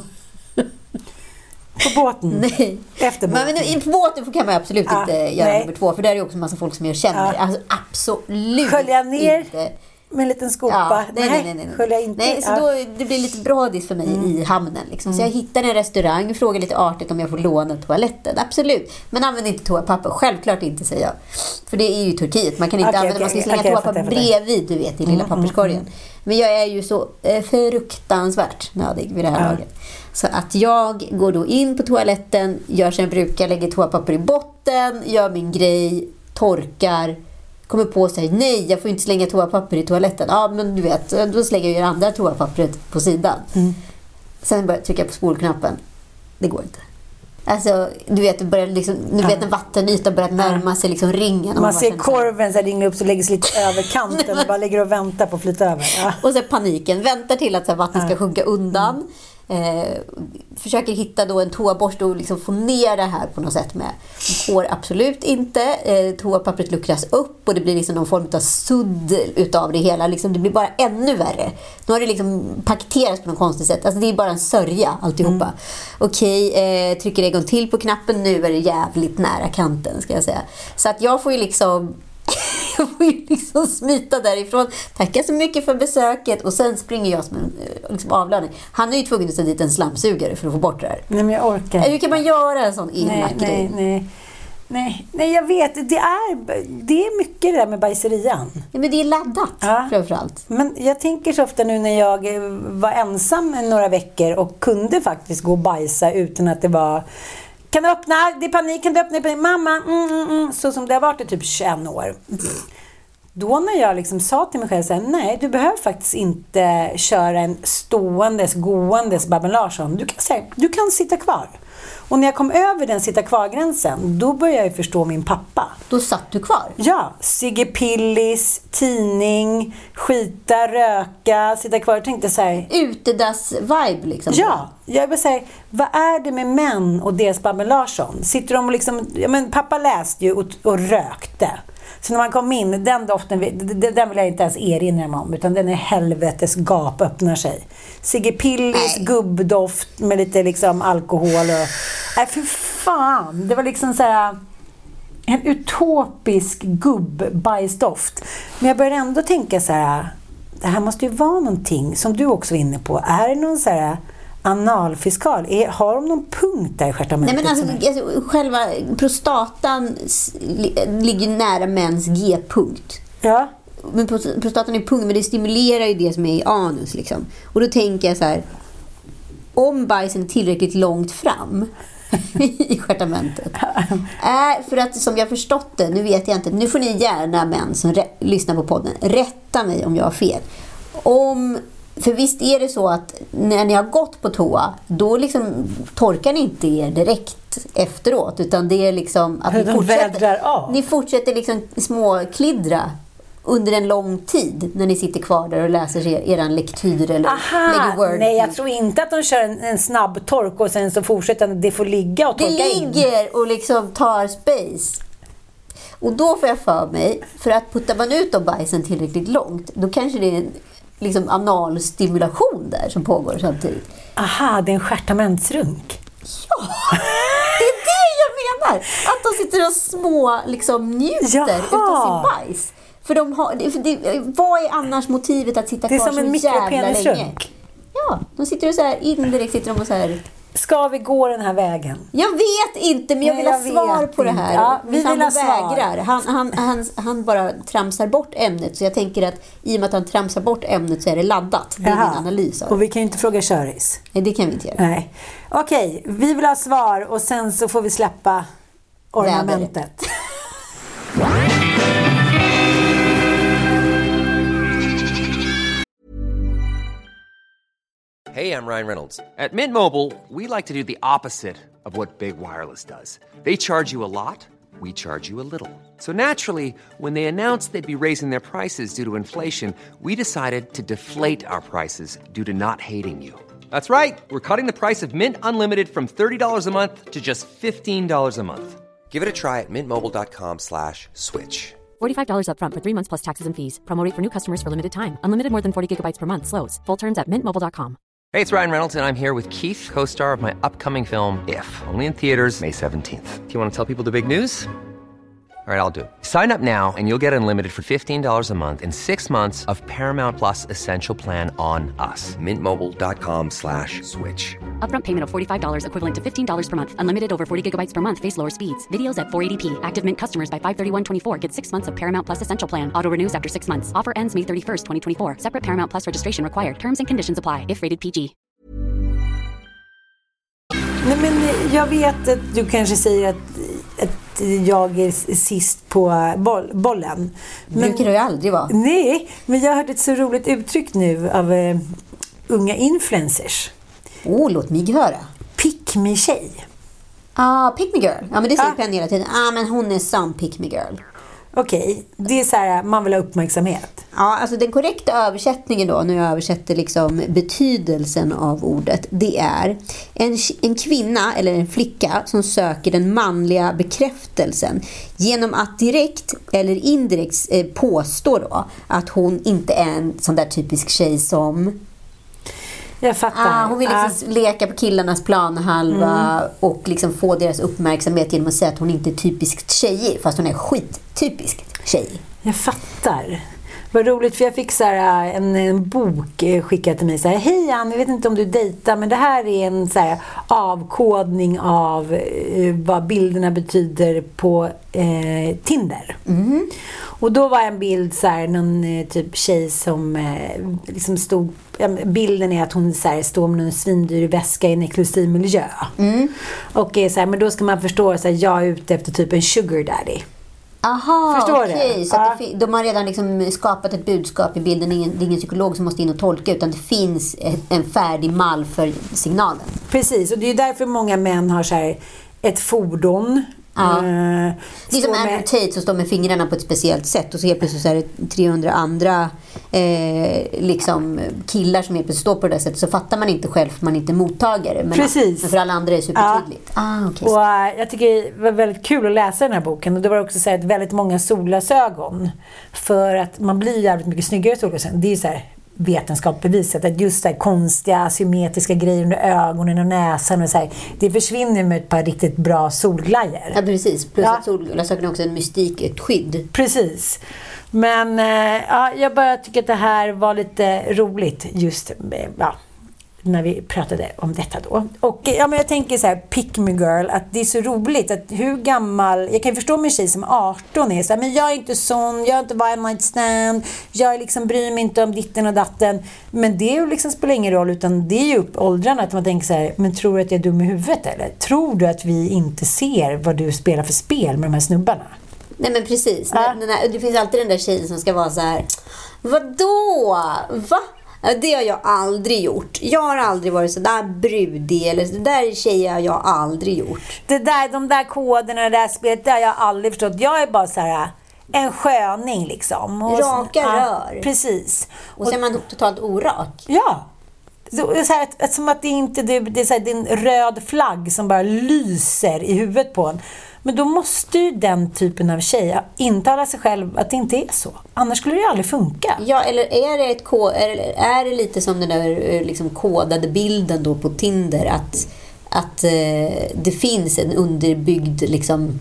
båten? Nej. Efter båten? Men på båten kan man absolut inte göra nummer 2 för där är ju också en massa folk som jag känner. Alltså absolut skölja ner inte. Med en liten skopa. Nej. Så då, det blir lite bradis för mig i hamnen. Liksom. Så jag hittar en restaurang och frågar lite artigt om jag får låna toaletten. Absolut. Men använd inte toapapper. Självklart inte, säger jag. För det är ju Turkiet. Man kan inte använda, man ska slänga toapapper bredvid, du vet, i lilla papperskorgen. Men jag är ju så fruktansvärt nödig vid det här laget. Så att jag går då in på toaletten, gör som jag brukar, lägger toapapper i botten, gör min grej, torkar, kommer på och säger nej, jag får inte slänga toapapper i toaletten. Ja, men du vet, då slänger jag det andra toapappret på sidan. Sen börjar jag trycka på spolknappen. Det går inte. Alltså, du vet, börjar liksom, nu vet en vattenyta börjar närma sig liksom ringen. Man ser korven så ringa upp så lägger sig lite över kanten och bara ligger och väntar på att flytta över. Ja. Och så paniken, väntar till att så här, vatten ska sjunka undan. Försöker hitta då en toaborste och liksom få ner det här på något sätt med. Får absolut inte. Toapappret luckras upp och det blir liksom någon form av sudd utav det hela. Liksom, det blir bara ännu värre. Nu har det liksom paketerats på något konstigt sätt. Alltså det är bara en sörja alltihopa. Okej, trycker en gång till på knappen. Nu är det jävligt nära kanten, ska jag säga. Så att jag får ju liksom smita därifrån. Tackar så mycket för besöket. Och sen springer jag som en liksom avlöning. Han är ju tvungen att ta dit en slamsugare för att få bort det här. Nej, men jag orkar. Hur kan man göra en sån innackning? Nej, jag vet. Det är mycket det där med bajserian. Ja, men det är laddat framförallt. Men jag tänker så ofta nu när jag var ensam några veckor och kunde faktiskt gå och bajsa utan att det var... Kan du öppna? Det är panik, kan du öppna? Mamma, så som det har varit i typ 21 år. Då när jag liksom sa till mig själv så här, nej, du behöver faktiskt inte köra en gåendes Babben Larsson. Du kan sitta kvar. Och när jag kom över den sitta kvar-gränsen, då började jag förstå min pappa. Då satt du kvar? Ja, Sigge Pillis, tidning, skita, röka, sitta kvar. Jag tänkte så här... Utedass-vibe liksom. Ja, jag vill säga, vad är det med män och deras Babben Larsson? Sitter de och liksom... Ja, men pappa läste ju och rökte. Så när man kom in, den doften, den vill jag inte ens erinra mig om, utan den är helvetes gap öppnar sig. Sigge Pillis gubbdoft med lite liksom alkohol och... Nej, för fan. Det var liksom så här en utopisk gubbbajsdoft. Men jag började ändå tänka så här, det här måste ju vara någonting som du också är inne på. Är det någon så här analfiskal? Har de någon punkt där i stjärtamentet? Nej, men alltså själva prostatan ligger nära mäns G-punkt. Ja. Men prostatan är punkt, men det stimulerar ju det som är i anus liksom. Och då tänker jag så här, om bajsen är tillräckligt långt fram i stjärtamentet. För att som jag förstått det, nu vet jag inte, nu får ni gärna män som lyssnar på podden rätta mig om jag har fel. För visst är det så att när ni har gått på toa, då liksom torkar ni inte er direkt efteråt, utan det är liksom att ni fortsätter liksom småklidra under en lång tid när ni sitter kvar där och läser eran lektyr eller lägger Word. Nej, jag tror inte att de kör en snabb tork och sen så fortsätter det får ligga och torka in. Det ligger och liksom tar space. Och då får jag för mig, för att puttar man ut av bajsen tillräckligt långt, då kanske det är liksom analstimulation där som pågår samtidigt. Aha, det är en stjärtamentsrunk. Ja, det är det jag menar. Att de sitter och små liksom njuter utav sin bajs. För de har, vad är annars motivet att sitta kvar så jävla länge? Ja, de sitter och så här indirekt sitter de och så här. Ska vi gå den här vägen? Jag vet inte, men jag vill ha svar på det här. Ja, vi vill ha svar. Han bara tramsar bort ämnet. Så jag tänker att i och med att han tramsar bort ämnet så är det laddat. Det är min analys av. Och vi kan ju inte fråga köris. Nej, det kan vi inte göra. Nej. Okej, vi vill ha svar och sen så får vi släppa ornamentet. Hey, I'm Ryan Reynolds. At Mint Mobile, we like to do the opposite of what Big Wireless does. They charge you a lot, we charge you a little. So naturally, when they announced they'd be raising their prices due to inflation, we decided to deflate our prices due to not hating you. That's right. We're cutting the price of Mint Unlimited from $30 a month to just $15 a month. Give it a try at mintmobile.com/switch. $45 up front for 3 months plus taxes and fees. Promo rate for new customers for limited time. Unlimited more than 40 gigabytes per month. Slows full terms at mintmobile.com. Hey, it's Ryan Reynolds, and I'm here with Keith, co-star of my upcoming film, If, only in theaters May 17th. Do you want to tell people the big news? All right, I'll do it. Sign up now and you'll get unlimited for $15 a month and 6 months of Paramount Plus Essential Plan on us. mintmobile.com/switch. Upfront payment of $45 equivalent to $15 per month. Unlimited over 40 gigabytes per month. Face lower speeds. Videos at 480p. Active Mint customers by 531.24 get 6 months of Paramount Plus Essential Plan. Auto renews after 6 months. Offer ends May 31st, 2024. Separate Paramount Plus registration required. Terms and conditions apply if rated PG. Nej, men jag vet att du kanske säger att jag är sist på bollen. Men brukar du ju aldrig vara. Nej, men jag har hört ett så roligt uttryck nu av unga influencers. Låt mig höra. Pick me tjej. Pick me girl. Ja, men det säger Penny hela tiden. Men hon är sann pick me girl. Okej, det är så här, man vill ha uppmärksamhet. Ja, alltså den korrekta översättningen då, när jag översätter liksom betydelsen av ordet, det är en kvinna eller en flicka som söker den manliga bekräftelsen genom att direkt eller indirekt påstå då att hon inte är en sån där typisk tjej jag fattar. Hon vill liksom leka på killarnas planhalva och liksom få deras uppmärksamhet genom att säga att hon inte är typiskt tjejig, fast hon är skittypiskt tjej. Jag fattar. Vad roligt, för jag fick så här en bok skickad till mig så här: hej Ann, jag vet inte om du dejtar, men det här är en så här avkodning av vad bilderna betyder på Tinder. Och då var en bild så här, någon typ tjej som liksom stod, bilden är att hon så här, står med en svindyr väska i en exklusiv miljö. Och så här, men då ska man förstå så här, jag är ute efter typ en sugar daddy. Aha, okej. Så att de har redan liksom skapat ett budskap i bilden. Det är ingen psykolog som måste in och tolka, utan det finns en färdig mall för signalen. Precis, och det är därför många män har så här ett fordon. Det är som Andrew Tate som står med fingrarna på ett speciellt sätt, och så helt plötsligt så är det 300 andra liksom killar som helt plötsligt står på det sättet, så fattar man inte själv för man är inte mottagare, men för alla andra är det supertydligt. Okay. Och jag tycker det var väldigt kul att läsa den här boken, och det var också så här, väldigt många solglasögon, för att man blir jävligt mycket snyggare i solglasögon. Det är så här vetenskap bevisat att just så här konstiga asymmetriska grejer under ögonen och näsan och så här, det försvinner med ett par riktigt bra solglajjor. Ja, precis. Plus att solglasögon är också en mystik, ett skydd. Precis. Men jag bara tycker att det här var lite roligt just när vi pratade om detta då. Och men jag tänker så här, pick me girl, att det är så roligt att hur gammal, jag kan förstå min tjej som 18 är så här, men jag är inte sån, jag är inte one night stand, jag liksom bryr mig inte om ditten och datten, men det liksom spelar ingen roll, utan det är ju upp åldrarna att man tänker så här, men tror du att jag är dum i huvudet, eller tror du att vi inte ser vad du spelar för spel med de här snubbarna? Nej, men precis. Det finns alltid den där tjejen som ska vara så här: vadå? Va? Det har jag aldrig gjort. Jag har aldrig varit så där brudig, eller så där tjejer har jag aldrig gjort. De där koderna, det där spelet, det har jag aldrig förstått. Jag är bara så här en sköning liksom. Och raka rör. Precis. Och så är man totalt orak. Ja. Så här, som att det inte det är så här, det är en röd flagg som bara lyser i huvudet på en. Men då måste ju den typen av tjej intala sig själv att det inte är så. Annars skulle det ju aldrig funka. Ja, eller är det lite som den där liksom kodade bilden då på Tinder att det finns en underbyggd liksom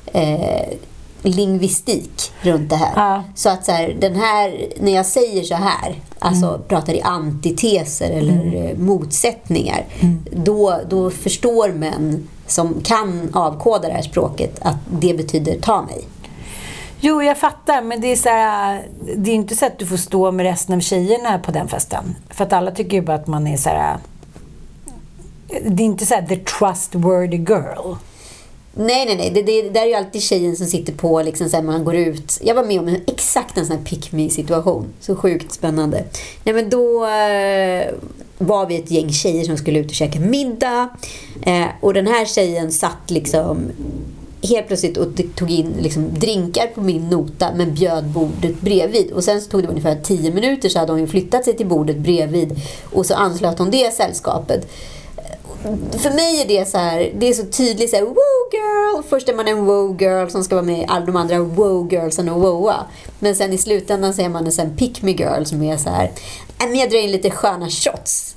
lingvistik runt det här. Ja. Så att så här, den här, när jag säger så här, alltså pratar i antiteser eller motsättningar, då förstår män som kan avkoda det här språket att det betyder ta mig. Jo, jag fattar, men det är så här, det är inte så att du får stå med resten av tjejerna på den festen. För att alla tycker ju bara att man är så här, det är inte så här the trustworthy girl. Nej. Det är ju alltid tjejen som sitter på liksom så här, man går ut. Jag var med om exakt en sån här pick me situation. Så sjukt spännande. Nej, men då var vi ett gäng tjejer som skulle ut och käka middag. Och den här tjejen satt liksom helt plötsligt och tog in liksom drinkar på min nota men bjöd bordet bredvid. Och sen så tog det ungefär 10 minuter så hade hon ju flyttat sig till bordet bredvid. Och så anslöt hon det sällskapet. För mig är det så här, det är så tydligt så här, wow girl. Först är man en wow girl som ska vara med alla de andra wow girlsen och wowa. Men sen i slutändan så är man en pick me girl som är så här, jag drar in lite sköna shots.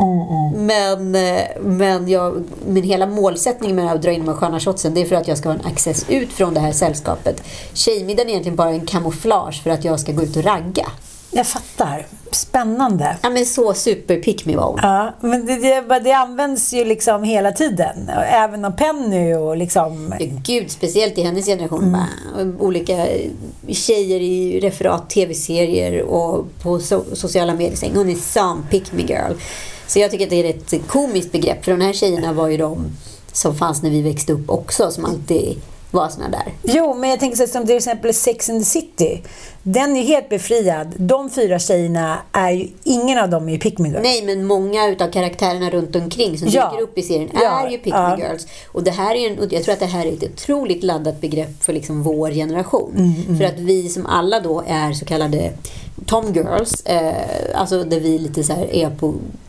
Men min hela målsättning med att dra in de sköna shotsen, det är för att jag ska ha en access ut från det här sällskapet. Tjejmiddagen är egentligen bara en kamouflage för att jag ska gå ut och ragga. Jag fattar. Spännande. Ja, men så super pick me wow. Ja, men det används ju liksom hela tiden. Även av Penny och liksom... Ja, gud, speciellt i hennes generation. Olika tjejer i referat, tv-serier och på sociala medier. Hon är som pick me girl. Så jag tycker att det är ett komiskt begrepp. För de här tjejerna var ju de som fanns när vi växte upp också. Som alltid var såna där. Jo, men jag tänker så som till exempel Sex and the City. Den är helt befriad. De 4 tjejerna är ju, ingen av dem är ju pick me girls. Nej, men många utav karaktärerna runt omkring som dyker upp i serien är ju pick me girls. Och det här är jag tror att det här är ett otroligt laddat begrepp för liksom vår generation. För att vi som alla då är så kallade Tom girls, alltså där vi lite så här är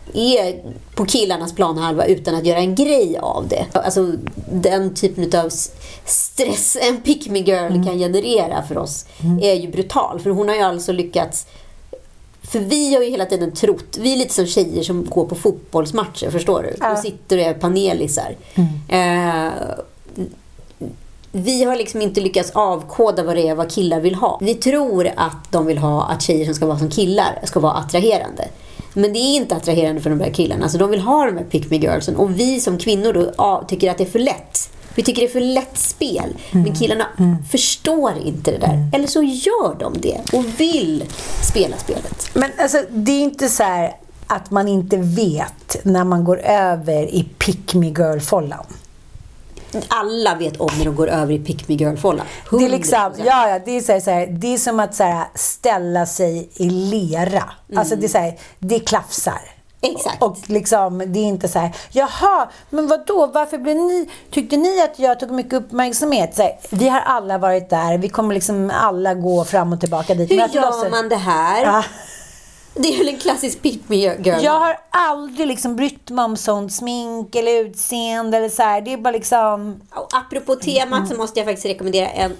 på killarnas planhalva utan att göra en grej av det. Alltså den typen av stress en pick me girl kan generera för oss är ju brutal. För hon har ju alltså lyckats. För vi har ju hela tiden trott, vi är lite som tjejer som går på fotbollsmatcher, förstår du? Och sitter och är panelisar. Vi har liksom inte lyckats avkoda vad killar vill ha. Vi tror att de vill ha att tjejer som ska vara som killar ska vara attraherande. Men det är inte attraherande för de där killarna. Alltså de vill ha de här pick me girlsen. Och vi som kvinnor då tycker att det är för lätt. Vi tycker det är för lätt spel. Men killarna förstår inte det där. Eller så gör de det och vill spela spelet. Men alltså, det är inte så här att man inte vet när man går över i pick me girl-follan. Alla vet om när de går över i pick me girl-follan. Det är liksom, det är så här, det är som att så här, ställa sig i lera. Alltså det är så här, det klafsar. Exakt. Och liksom, det är inte så här, jaha, men vadå, varför tyckte ni att jag tog mycket uppmärksamhet? Så här, vi har alla varit där, vi kommer liksom alla gå fram och tillbaka dit. Hur gör man det här? Ja. Det är väl en klassisk pick me girl. Jag har aldrig liksom brytt mig om sånt smink eller utseende eller så här. Det är bara liksom... Och apropå temat så måste jag faktiskt rekommendera en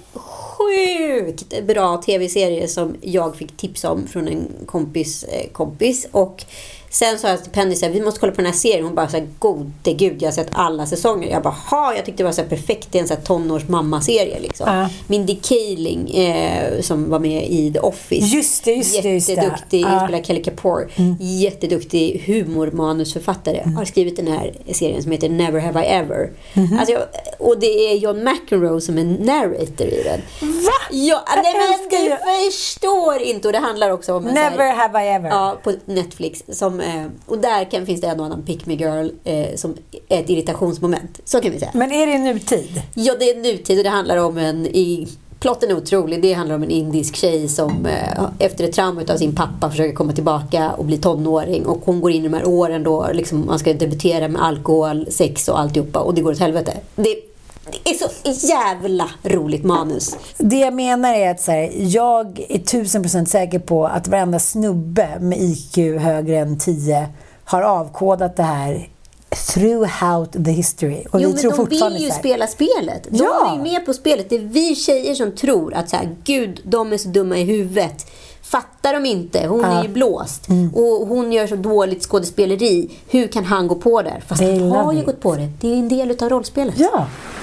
sjukt bra tv-serie som jag fick tips om från en kompis. Och sen sa jag till Penny så här, vi måste kolla på den här serien. Hon bara så här, gode gud, jag har sett alla säsonger. Jag bara, jag tyckte det var så här perfekt. Det är en så här tonårsmamma-serie liksom. Mindy Kaling som var med i The Office. Just det. Jätteduktig, spelar Kelly Kapoor. Jätteduktig humormanusförfattare. Har skrivit den här serien som heter Never Have I Ever. Alltså, och det är John McEnroe som är narrator i den. Va? Ja, nej, men du förstår inte. Och det handlar också om Never Have I Ever. Ja, på Netflix som, och där finns det en annan pick me girl som är ett irritationsmoment. Så kan vi säga. Men är det nutid? Ja, det är nutid och det handlar om plotten är otrolig. Det handlar om en indisk tjej som efter ett trauma av sin pappa försöker komma tillbaka och bli tonåring. Och hon går in i de här åren då liksom, man ska debutera med alkohol, sex och alltihopa. Och det går åt helvete. Det är så jävla roligt manus. Det jag menar är att så här, jag är 1000% säker på att varenda snubbe med IQ högre än 10 har avkodat det här throughout the history. Och jo, vi tror men de vill ju spela spelet. De är ju med på spelet. Det är vi tjejer som tror att så här, gud, de är så dumma i huvudet. Fattar de inte? Hon är ju blåst. Och hon gör så dåligt skådespeleri. Hur kan han gå på det? Fast han har ju gått på det. Det är en del av rollspelet. Ja.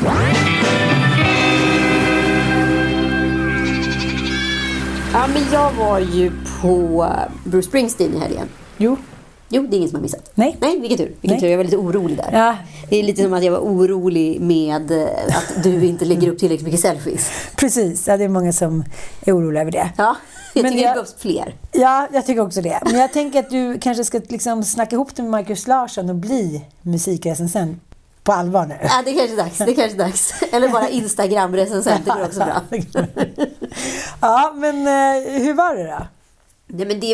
Ja, men jag var ju på Bruce Springsteen i helgen. Jo, det är ingen som har missat. Nej, vilken tur. Jag var lite orolig där. Ja. Det är lite som att jag var orolig med att du inte lägger upp tillräckligt mycket selfies. Precis, ja, det är många som är oroliga över det. Ja, jag tycker det behövs fler. Ja, jag tycker också det. Men jag tänker att du kanske ska liksom snacka ihop det med Marcus Larsson och bli musikrecensent på allvar nu. Ja, det är kanske dags. Eller bara Instagram-recensent, det går också bra. Ja, men hur var det då? Nej, men det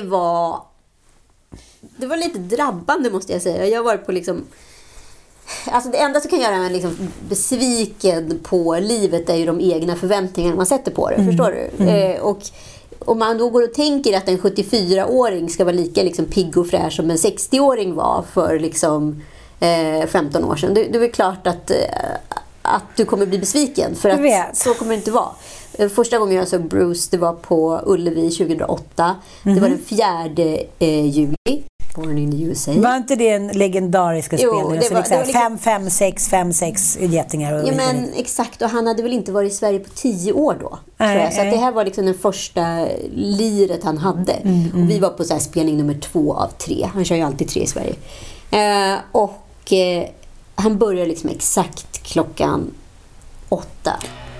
var lite drabbande, måste jag säga. Jag var på liksom... Alltså det enda som kan göra en liksom besviken på livet är ju de egna förväntningarna man sätter på det. Förstår du? Och om man då går och tänker att en 74-åring ska vara lika liksom pigg och fräsch som en 60-åring var för liksom 15 år sedan. Det är klart att du kommer bli besviken. För att så kommer det inte vara. Första gången jag såg Bruce, det var på Ullevi 2008. Det var den 4 juli. Born in the USA. Var inte det en legendariska spelning? Det var 5-6 getingar. Ja, men exakt. Och han hade väl inte varit i Sverige på 10 år då. Tror jag. Så att det här var liksom den första liret han hade. Och vi var på så här spelning nummer 2 av 3. Han kör ju alltid 3 i Sverige. Och han börjar liksom exakt klockan 8.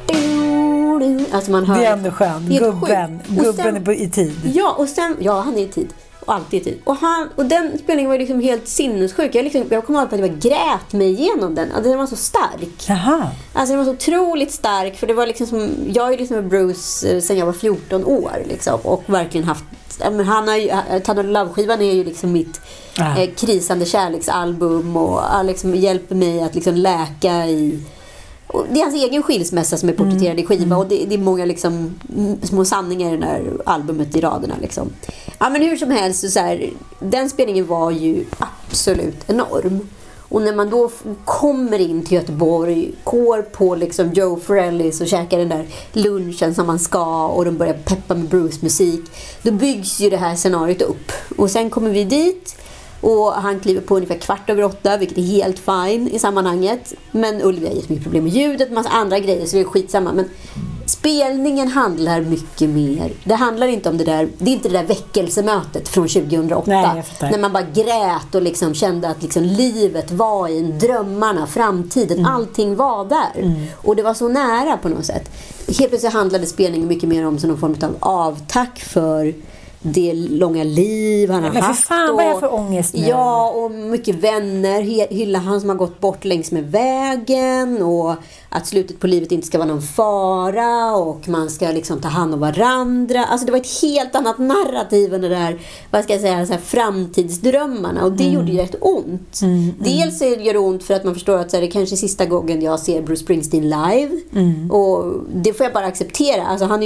Alltså man hör, det är ändå skönt. Gubben är i tid. Ja, och sen, han är i tid. Och alltid i tid. Och den spelningen var liksom helt sinnessjuk. Jag kom ihåg att jag grät mig igenom den. Alltså, den var så stark. Jaha. Alltså den var så otroligt stark. För det var liksom som, jag är liksom med Bruce sen jag var 14 år. Liksom, och verkligen haft... Han har ju, Tunnel Love-skivan är ju liksom mitt krisande kärleksalbum. Och liksom hjälper mig att liksom läka i... Och det är hans egen skilsmässa som är porträtterad i skiva. Och det är många liksom små sanningar i det här albumet i raderna liksom. Ja, men hur som helst så här, den spelningen var ju absolut enorm. Och när man då kommer in till Göteborg, går på liksom Joe Forellis och käkar den där lunchen som man ska, och de börjar peppa med Bruce-musik, då byggs ju det här scenariot upp. Och sen kommer vi dit och han kliver på ungefär 7:15, vilket är helt fine i sammanhanget. Men Ullevi har jättemycket problem med ljudet, en massa andra grejer, så det är skitsamma. Men spelningen handlar mycket mer. Det handlar inte om det där, det är inte det där väckelsemötet från 2008. Nej, när man bara grät och liksom kände att liksom livet var i drömmarna, framtiden, allting var där. Och det var så nära på något sätt. Helt plötsligt handlade spelningen mycket mer om någon form av avtack för det långa liv han har haft. Men för fan, vad är jag för ångest nu? Ja, och mycket vänner. Hylla han som har gått bort längs med vägen. Och att slutet på livet inte ska vara någon fara. Och man ska liksom ta hand om varandra. Alltså det var ett helt annat narrativ än det där, vad ska jag säga, så här framtidsdrömmarna. Och det gjorde ju rätt ont. Dels gör det ont för att man förstår att så här, det kanske är sista gången jag ser Bruce Springsteen live. Och det får jag bara acceptera. Alltså han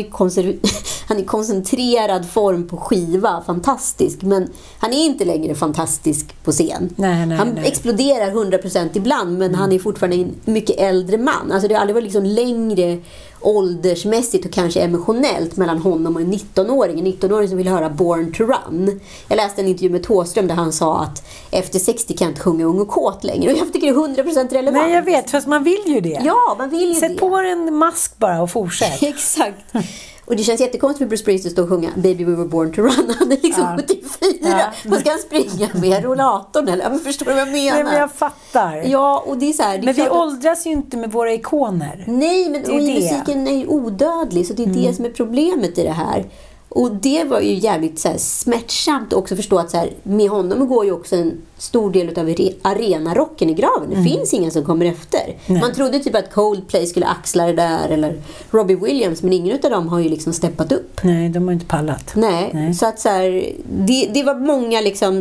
är koncentrerad form på skiva, fantastisk, men han är inte längre fantastisk på scen. Han exploderar 100% ibland, men han är fortfarande en mycket äldre man. Alltså det har aldrig varit liksom längre åldersmässigt och kanske emotionellt mellan honom och en 19-åring. En 19-åring som vill höra Born to Run. Jag läste en intervju med Thåström där han sa att efter 60 kan inte sjunga Ung och kåt längre. Och jag tycker det är 100% relevant. Nej, jag vet, fast man vill ju det. Ja, man vill ju Sätt på en mask bara och fortsätt. Exakt. Och det känns jättekonstigt för Bruce Springsteen att stå och sjunga Baby We Were Born to Run. Han är liksom 74. Vad ska han springa med rollatorn? Eller? Men förstår du vad jag menar? Nej, men jag fattar. Ja, och det är så här, men vi åldras ju inte med våra ikoner. Nej, men och musiken är ju odödlig. Så det är det som är problemet i det här. Och det var ju jävligt så här smärtsamt också att förstå att så här, med honom går ju också en stor del av arenarocken i graven. Det finns ingen som kommer efter. Nej. Man trodde typ att Coldplay skulle axla det där, eller Robbie Williams, men ingen av dem har ju liksom steppat upp. Nej, de har inte pallat. Nej. Så att så här, det var många liksom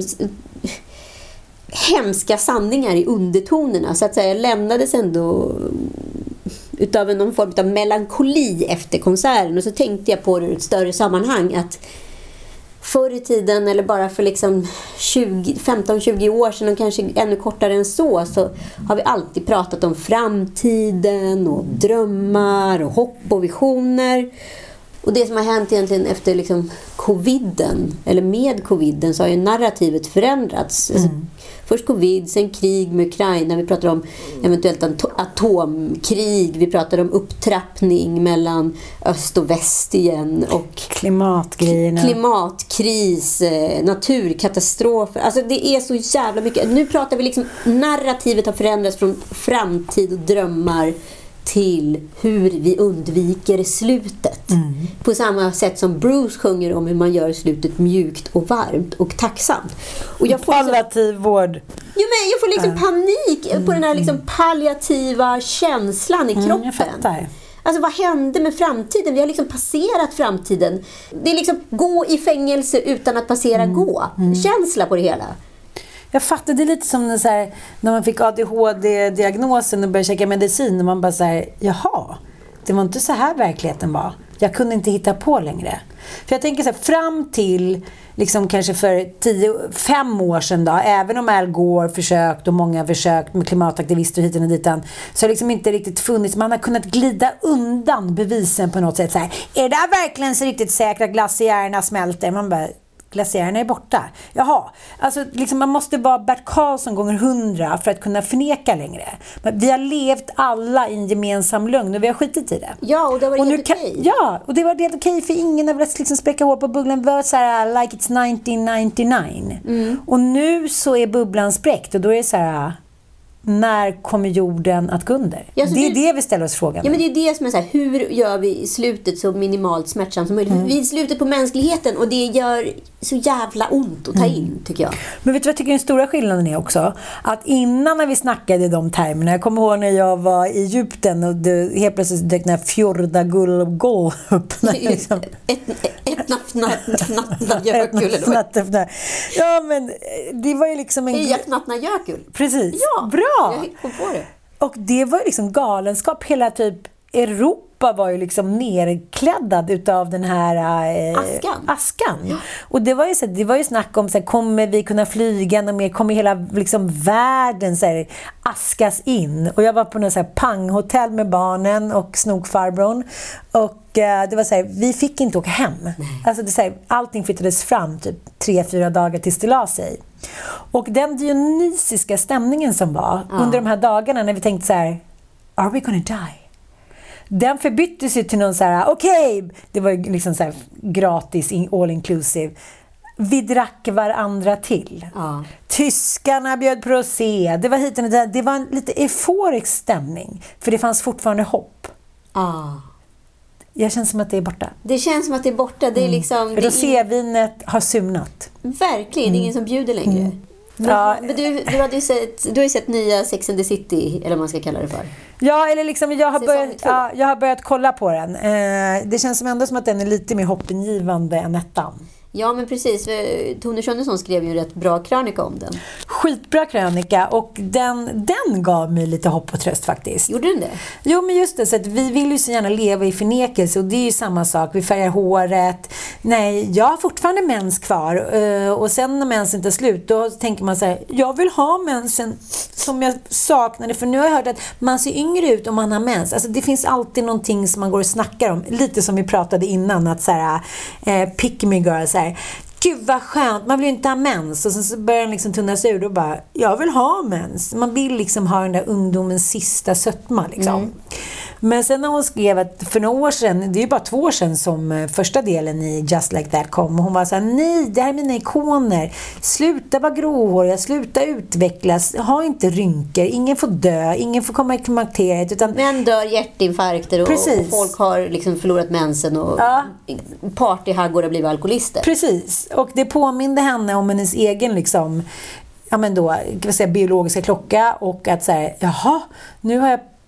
hemska sanningar i undertonerna. Så att säga, jag lämnades ändå utav någon form av melankoli efter konserten, och så tänkte jag på det i ett större sammanhang, att förr i tiden, eller bara för liksom 15-20 år sedan och kanske ännu kortare än så har vi alltid pratat om framtiden och drömmar och hopp och visioner. Och det som har hänt egentligen efter liksom coviden, eller med coviden, så har ju narrativet förändrats. Alltså, först covid, sen krig med Ukraina. Vi pratar om eventuellt atomkrig. Vi pratar om upptrappning mellan öst och väst igen. Och klimatgrejerna. Klimatkris, naturkatastrofer. Alltså det är så jävla mycket. Nu pratar vi liksom, narrativet har förändrats från framtid och drömmar till hur vi undviker slutet. På samma sätt som Bruce sjunger om hur man gör slutet mjukt och varmt och tacksamt. Och jag får palliativ vård. Ja, men jag får liksom panik på den här liksom palliativa känslan i kroppen. Jag fattar. Alltså vad hände med framtiden? Vi har liksom passerat framtiden. Det är liksom gå i fängelse utan att passera känsla på det hela. Jag fattar, det lite som när man fick ADHD-diagnosen och började käka medicin och man bara såhär, jaha, det var inte så här verkligheten var. Jag kunde inte hitta på längre. För jag tänker så här, fram till liksom kanske för 5 år sedan då, även om Al Gore försökt och många har försökt med klimataktivister och hit och ditan, så har liksom inte riktigt funnits, man har kunnat glida undan bevisen på något sätt så här, är det verkligen så riktigt säkert att glaciärerna smälter? Man bara, glaciärerna är borta. Jaha, alltså liksom man måste vara Bert Karlsson gånger 100 för att kunna förneka längre. Men vi har levt alla i en gemensam lögn och vi har skitit i det. Ja, och det var helt okej. Ja, och det var helt okej för ingen har velat liksom spräcka hår på bubblan. Det var så här, like it's 1999. Och nu så är bubblan spräckt och då är det så här, när kommer jorden att gå under? Ja, det är det vi ställer oss frågan. Ja, men det är det som är så här, hur gör vi slutet så minimalt smärtsamt som möjligt? Vi är slutet på mänskligheten och det gör så jävla ont att ta in, tycker jag. Men vet du vad jag tycker den stora skillnaden är också? Att innan när vi snackade i de termerna, jag kommer ihåg när jag var i Egypten och det helt plötsligt dök den här fjorda gull upp. Liksom. Ett nattna. Ja, men det var ju liksom en... nattna jökull. Precis, ja, bra. Jag kom på det. Och det var ju liksom galenskap. Hela typ Europa var ju liksom nerkläddad utav den här askan. Ja. Och det var ju snack om så här, kommer vi kunna flyga något mer, kommer hela liksom världen så här, askas in. Och jag var på något så här panghotell med barnen och snokfarbron och det var så här, vi fick inte åka hem. Alltså det så här, allting flyttades fram typ 3-4 dagar tills det la sig. Och den dionysiska stämningen som var under de här dagarna när vi tänkte så här, are we gonna die? Den förbyttes ju till någon så här, okej, det var ju liksom så här gratis, all inclusive. Vi drack varandra till. Tyskarna bjöd på rosé. Det var hit och där. Det var en lite euforisk stämning. För det fanns fortfarande hopp. Jag känns som att det är borta. Det känns som att det är borta. Det är liksom, rosévinet har sumnat. Verkligen, det är ingen som bjuder längre. Men du har ju sett nya Sex and the City, eller vad man ska kalla det för. Ja, eller liksom jag har börjat kolla på den. Det känns som ändå som att den är lite mer hoppingivande än ettan. Ja, men precis. Tone Schönnesson skrev ju en rätt bra krönika om den. Skitbra krönika, och den gav mig lite hopp och tröst faktiskt. Gjorde den det? Jo, men just det, så att vi vill ju så gärna leva i förnekelse, och det är ju samma sak. Vi färgar håret. Nej, jag har fortfarande mens kvar. Och sen när mensen tar slut, då tänker man så här, jag vill ha mensen som jag saknade, för nu har jag hört att man ser yngre ut om man har mens. Alltså det finns alltid någonting som man går och snackar om. Lite som vi pratade innan, att så här, pick me girl, så här, gud vad skönt, man vill ju inte ha mens, och sen så börjar den liksom tunnas ur och bara, jag vill ha mens. Man vill liksom ha den där ungdomens sista sötma liksom. Men sen när hon skrev att för några år sedan, det är ju bara 2 år sedan som första delen i Just Like That kom, och hon var så här, nej, det här är mina ikoner, sluta vara gråhåriga, sluta utvecklas, ha inte rynkor, ingen får dö, ingen får komma i klimakteriet, utan män dör hjärtinfarkter och folk har liksom förlorat mensen och partyhaggor har blivit alkoholister. Precis, och det påminde henne om hennes egen liksom, ja men då, kan vi säga, biologiska klocka, och att så här, jaha, nu har jag börjat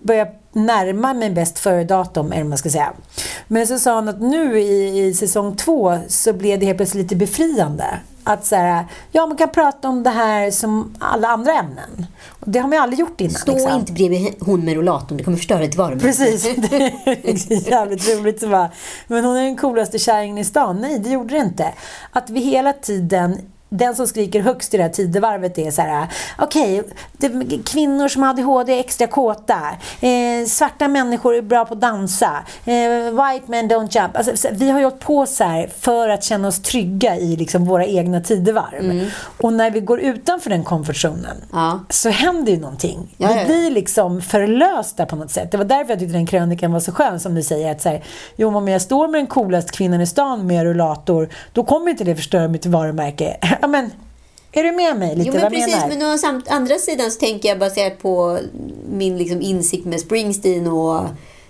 närma mig bäst före datum, eller man ska säga. Men så sa hon att nu i säsong 2 så blev det helt plötsligt lite befriande. Att så här, ja, man kan prata om det här som alla andra ämnen. Och det har man ju aldrig gjort innan. Stå liksom inte bredvid hon med rollatorn, det kommer förstöra ett varumärke. Precis, det är jävligt roligt. Så bara, men hon är den coolaste kärringen i stan. Nej, det gjorde det inte. Att vi hela tiden... Den som skriker högst i det här tidevarvet är så här: okej, kvinnor som har ADHD är extra kåta. Svarta människor är bra på att dansa. White men don't jump. Alltså, vi har gjort på så här för att känna oss trygga i liksom våra egna tidevarv. Och när vi går utanför den komfortzonen så händer ju någonting. Vi blir liksom förlösta på något sätt. Det var därför jag tyckte den krönikan var så skön, som du säger. Att så här, jo, om jag står med den coolaste kvinnan i stan med rullator, då kommer inte det förstöra mitt varumärke. Ja, men är du med mig lite? Jo, men precis, men å andra sidan så tänker jag baserat på min liksom insikt med Springsteen och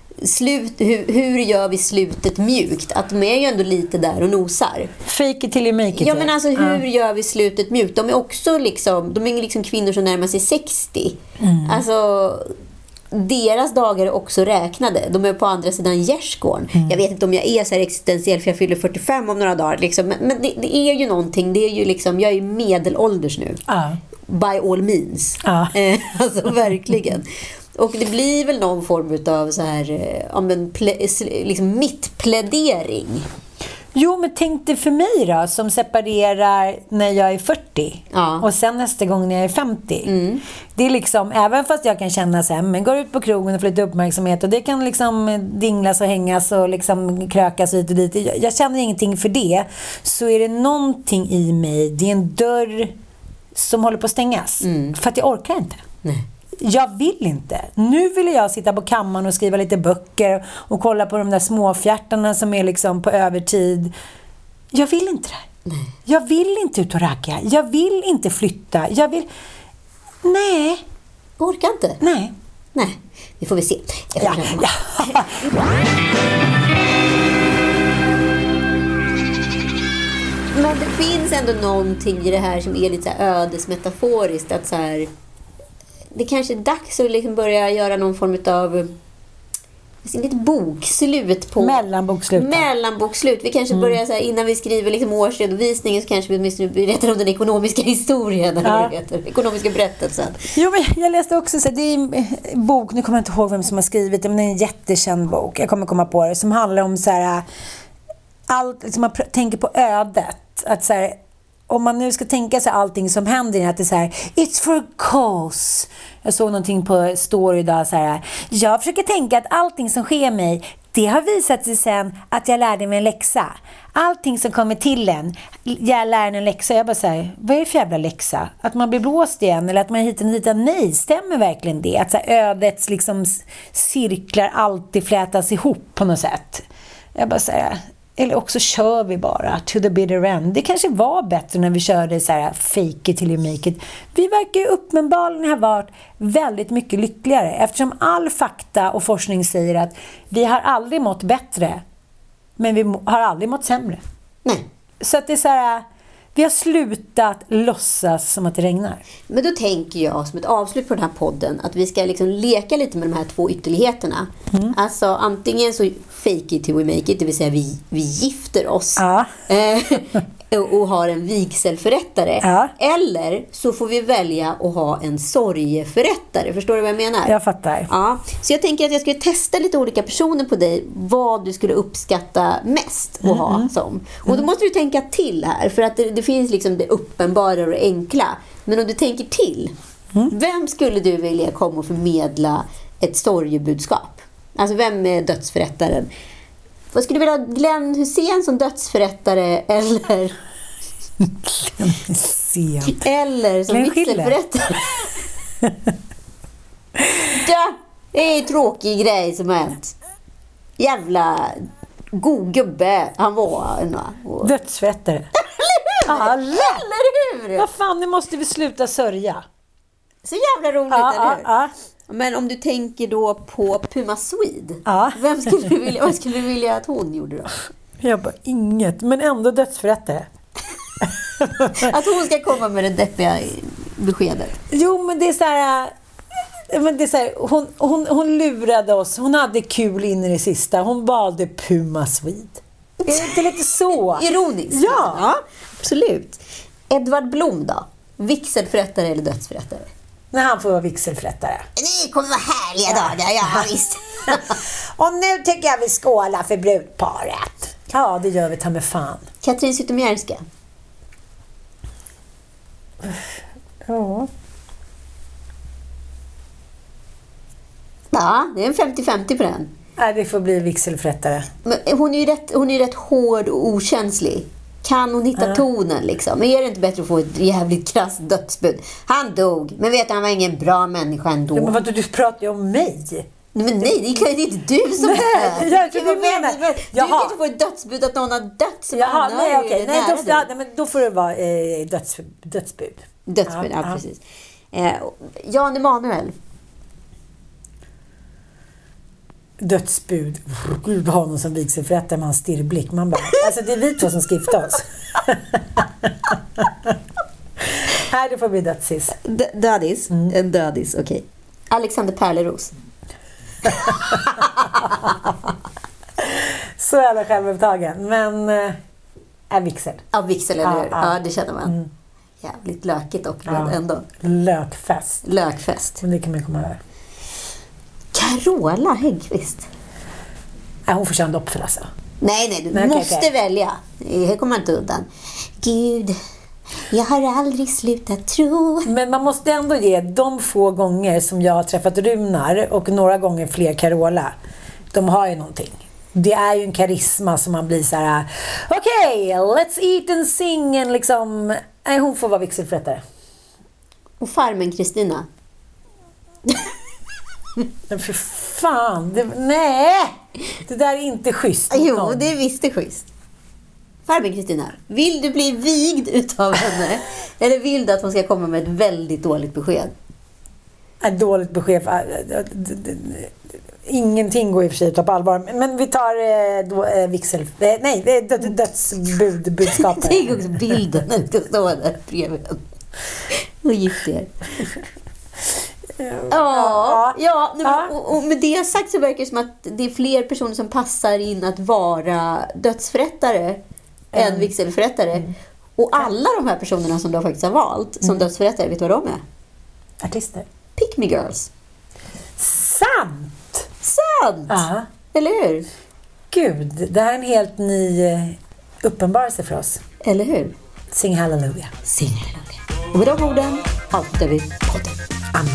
hur gör vi slutet mjukt? Att de är ju ändå lite där och nosar. Fake it till you make it. Ja, men alltså hur gör vi slutet mjukt? De är också liksom, kvinnor som närmar sig 60. Alltså deras dagar är också räknade. De är på andra sidan gärdsgården. Jag vet inte om jag är så här existentiell, för jag fyller 45 om några dagar liksom. Men det är ju någonting. Det är ju liksom, jag är ju medelålders nu. By all means. Alltså verkligen. Och det blir väl någon form av så här liksom mittplädering. Jo, men tänk dig för mig då, som separerar när jag är 40 och sen nästa gång när jag är 50. Det är liksom, även fast jag kan känna så här, men går ut på krogen och får lite uppmärksamhet och det kan liksom dinglas och hängas och liksom krökas hit och dit. Jag känner ingenting för det. Så är det någonting i mig, det är en dörr som håller på att stängas. För att jag orkar inte. Nej. Jag vill inte. Nu vill jag sitta på kammaren och skriva lite böcker och kolla på de där småfjärtarna som är liksom på övertid. Jag vill inte det. Nej. Jag vill inte ut och ragga. Jag vill inte flytta. Jag vill... Nej. Orkar inte? Nej. Nej. Vi får väl se. Ja. Men det finns ändå någonting i det här som är lite så här ödesmetaforiskt. Att så här... Det kanske är dags att liksom börja göra någon form av lite bokslut på mellanbokslut. Vi kanske börjar så här, innan vi skriver liksom årsredovisningen, så kanske vi berättar om den ekonomiska historien eller ekonomiska berättelsen. Jo, men jag läste också så här, det är en bok, nu kommer jag inte ihåg vem som har skrivit det, men det är en jättekänd bok. Jag kommer komma på det, som handlar om så här, allt som man tänker på ödet, att så här, om man nu ska tänka sig allting som händer, att det är så här, it's for a cause. Jag såg någonting på story idag så här, jag försöker tänka att allting som sker mig, det har visat sig sen att jag lärde mig en läxa. Allting som kommer till en, jag lär en läxa. Jag bara säger, vad är det för jävla läxa? Att man blir blåst igen, eller att man hittar en liten nej, stämmer verkligen det? Att så här, ödets liksom cirklar alltid flätas ihop på något sätt. Jag bara säger, eller också kör vi bara to the bitter end. Det kanske var bättre när vi körde så här fake it till you make it. Vi verkar ju uppenbarligen ha varit väldigt mycket lyckligare, eftersom all fakta och forskning säger att vi har aldrig mått bättre, men vi har aldrig mått sämre. Nej. Så att det är så här, vi har slutat låtsas som att det regnar. Men då tänker jag som ett avslut på den här podden att vi ska liksom leka lite med de här två ytterligheterna. Alltså antingen så fake it till we make it, det vill säga vi gifter oss och har en vigselförrättare. Eller så får vi välja att ha en sorgeförrättare. Förstår du vad jag menar? Jag fattar. Ja. Så jag tänker att jag skulle testa lite olika personer på dig, vad du skulle uppskatta mest att ha som. Och då måste du tänka till här, för att det finns liksom det uppenbara och det enkla. Men om du tänker till, vem skulle du vilja komma och förmedla ett sorgebudskap? Alltså vem är dödsförrättaren? Vad skulle du vilja ha, Glenn Hussein som dödsförrättare eller eller som vigselförrättare? Det är en tråkig grej som hänt. Jävla god gubbe han var. Dödsförrättare. Eller hur? Vad fan, nu måste vi sluta sörja. Så jävla roligt, eller hur? Men om du tänker då på Puma Swede, vad skulle du vilja att hon gjorde då? Jag bara, inget, men ändå dödsförrättare. Att hon ska komma med det deppiga beskedet. Jo, men det är så här, Men det är så här, hon lurade oss. Hon hade kul in i det sista. Hon valde Puma Swede. Det är lite så. Ironiskt. Ja, absolut. Edvard Blom då? Vigselförrättare eller dödsförrättare? Nej, han får vara vigselförrättare. Det kommer vara härliga dagar, ja visst. Och nu tycker jag vi skålar för brudparet. Ja, det gör vi, ta med fan. Katrin Zytomierska. Ja. Ja, det är en 50-50 på den. Nej, det får bli vigselförrättare. Men hon är ju rätt hård och okänslig. Kan hon hitta tonen liksom? Men är det inte bättre att få ett jävligt krasst dödsbud? Han dog, men vet han var ingen bra människa ändå. Ja, men vad du pratar ju om mig. Men nej, det är inte du som är. Du kan inte få ett dödsbud att någon har dött som då får det vara dödsbud. Dödsbud, ja precis. Jan Emanuel. Dödsbud. Gud, har någon som vigselförrättare med hans stirrblick. Man bara, alltså det är vi två som ska gifta oss. Här, det får bli dödsis. Dödis? En dödis, okej. Alexander Pärleros. Så jävla självupptagen. Men vigsel. Ja, vigsel, eller hur? Ja, det känner man. Jävligt lökigt och ändå. Lökfest. Men det kan man komma över. Carola Häggkvist. Hon får köra en dopp för alltså. Nej, du måste välja. Här kommer man inte undan. Gud, jag har aldrig slutat tro. Men man måste ändå ge de få gånger som jag har träffat Runar och några gånger fler Carola. De har ju någonting. Det är ju en karisma som man blir så här: okej, let's eat and sing and liksom. Nej, hon får vara vigselförrättare. Och farmen Kristina. Men för fan, nej! Det där är inte schysst. Jo, det är visst det schysst. Farmen Kristina, vill du bli vigd utav henne? Eller vill du att hon ska komma med ett väldigt dödligt besked? Ett dåligt besked. Ingenting går i och för sig att ta på allvar. Men vi tar vigsel. Nej, det är dödsbudskapet. Tänk också bilden när du står där bredvid. Och gift er. Och med det sagt så verkar det som att det är fler personer som passar in att vara dödsförrättare än vigselförrättare. Och alla de här personerna som du faktiskt har valt som dödsförrättare, vet du vad de är? Artister. Pick me girls. Sant! Ja. Eller hur? Gud, det här är en helt ny uppenbarelse för oss. Eller hur? Sing halleluja. Sing halleluja. Och med de orden avslutar vi podden. Amen.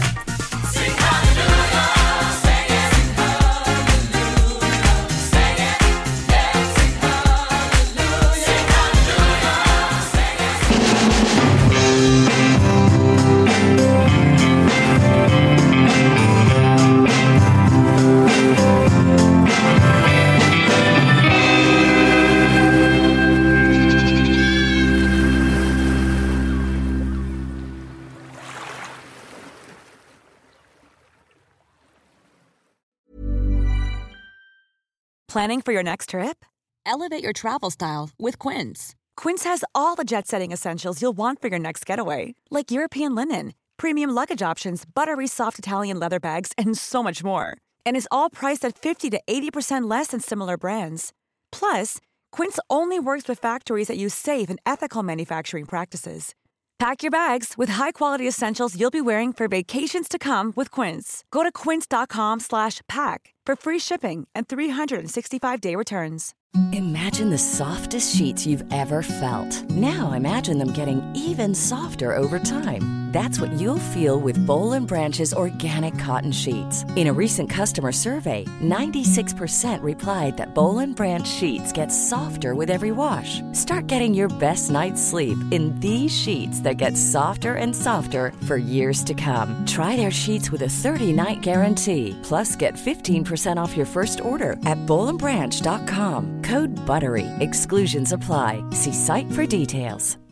Planning for your next trip? Elevate your travel style with Quince. Quince has all the jet-setting essentials you'll want for your next getaway, like European linen, premium luggage options, buttery soft Italian leather bags, and so much more. And is all priced at 50 to 80% less than similar brands. Plus, Quince only works with factories that use safe and ethical manufacturing practices. Pack your bags with high-quality essentials you'll be wearing for vacations to come with Quince. Go to quince.com/pack for free shipping and 365-day returns. Imagine the softest sheets you've ever felt. Now imagine them getting even softer over time. That's what you'll feel with Boll & Branch's organic cotton sheets. In a recent customer survey, 96% replied that Boll & Branch sheets get softer with every wash. Start getting your best night's sleep in these sheets that get softer and softer for years to come. Try their sheets with a 30-night guarantee. Plus, get 15% off your first order at bollandbranch.com. Code BUTTERY. Exclusions apply. See site for details.